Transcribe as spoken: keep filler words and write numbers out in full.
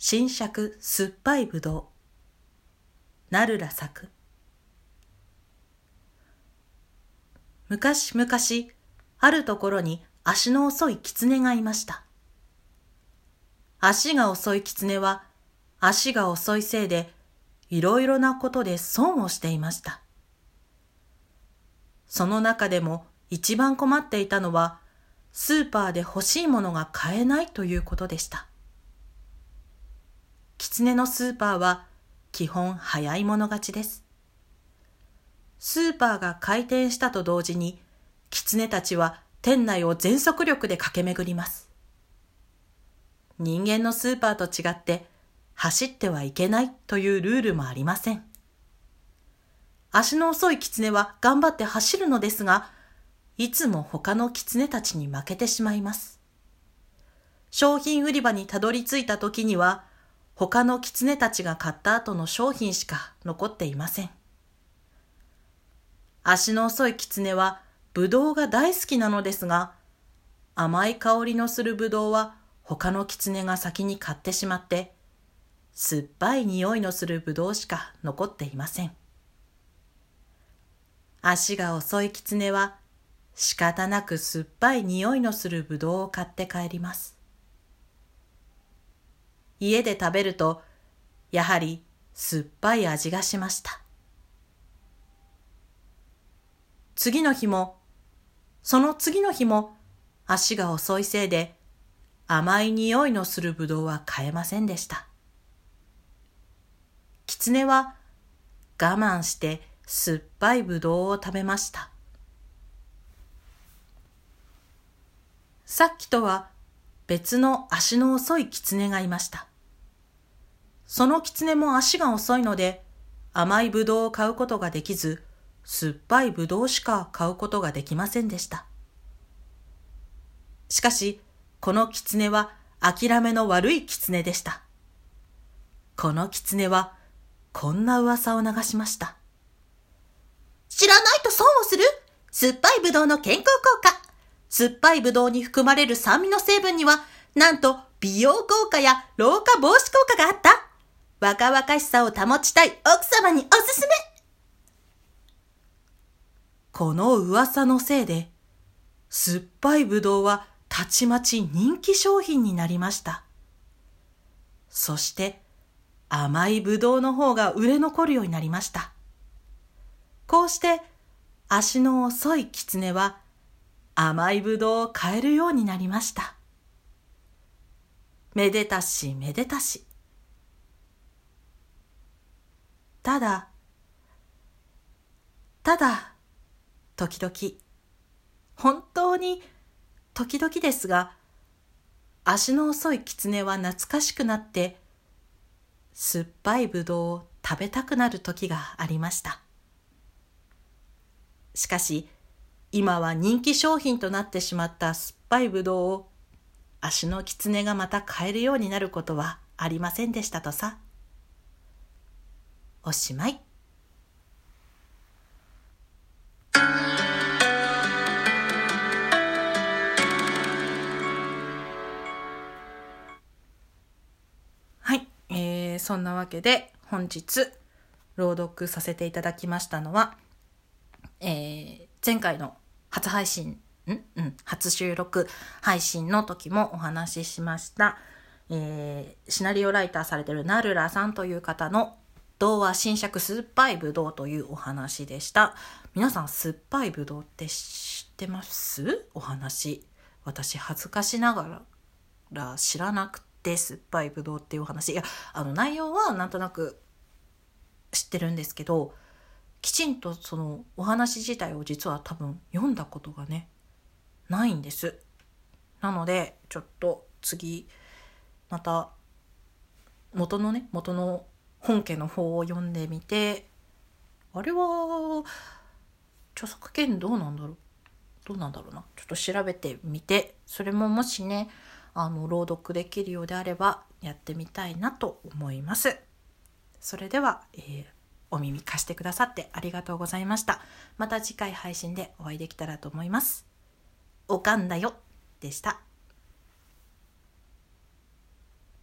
新釈酸っぱいぶどう。ナルラ作。昔々、あるところに足の遅い狐がいました。足が遅い狐は、足が遅いせいで、いろいろなことで損をしていました。その中でも一番困っていたのは、スーパーで欲しいものが買えないということでした。狐のスーパーは基本早い者勝ちです。スーパーが開店したと同時に、狐たちは店内を全速力で駆け巡ります。人間のスーパーと違って走ってはいけないというルールもありません。足の遅い狐は頑張って走るのですが、いつも他の狐たちに負けてしまいます。商品売り場にたどり着いた時には、他の狐たちが買った後の商品しか残っていません。足の遅い狐はぶどうが大好きなのですが、甘い香りのするぶどうは他の狐が先に買ってしまって、酸っぱい匂いのするぶどうしか残っていません。足が遅い狐は仕方なく酸っぱい匂いのするぶどうを買って帰ります。家で食べると、やはり酸っぱい味がしました。次の日も、その次の日も、足が遅いせいで、甘い匂いのするぶどうは買えませんでした。狐は我慢して酸っぱいぶどうを食べました。さっきとは別の足の遅い狐がいました。その狐も足が遅いので、甘いぶどうを買うことができず、酸っぱいぶどうしか買うことができませんでした。しかし、この狐は諦めの悪い狐でした。この狐はこんな噂を流しました。 知らないと損をする酸っぱいぶどうの健康効果。酸っぱいぶどうに含まれる酸味の成分には、なんと美容効果や老化防止効果があった。若々しさを保ちたい奥様におすすめ。 この噂のせいで、酸っぱいぶどうはたちまち人気商品になりました。そして甘いぶどうの方が売れ残るようになりました。こうして足の遅い狐は甘いぶどうを買えるようになりました。めでたしめでたし。ただ、ただ、時々、本当に時々ですが、足の遅い狐は懐かしくなって、酸っぱいぶどうを食べたくなる時がありました。しかし、今は人気商品となってしまった酸っぱいぶどうを足の狐がまた買えるようになることはありませんでしたとさ。おしまい。はい、えー、そんなわけで本日朗読させていただきましたのは、えー、前回の初配信、んうん、初収録配信の時もお話ししました、えー、シナリオライターされているナルラさんという方の童話新釈酸っぱいぶどうというお話でした。皆さん酸っぱいぶどうって知ってます？お話。私恥ずかしながら知らなくて酸っぱいぶどうっていうお話。いや、あの内容はなんとなく知ってるんですけど、きちんとそのお話自体を実は多分読んだことがね、ないんです。なので、ちょっと次、また元のね、元の本家の方を読んでみて、あれは著作権どうなんだろうどうなんだろうなちょっと調べてみて、それももしねあの朗読できるようであればやってみたいなと思います。それでは、えー、お耳貸してくださってありがとうございました。また次回配信でお会いできたらと思います。おかんだよでした。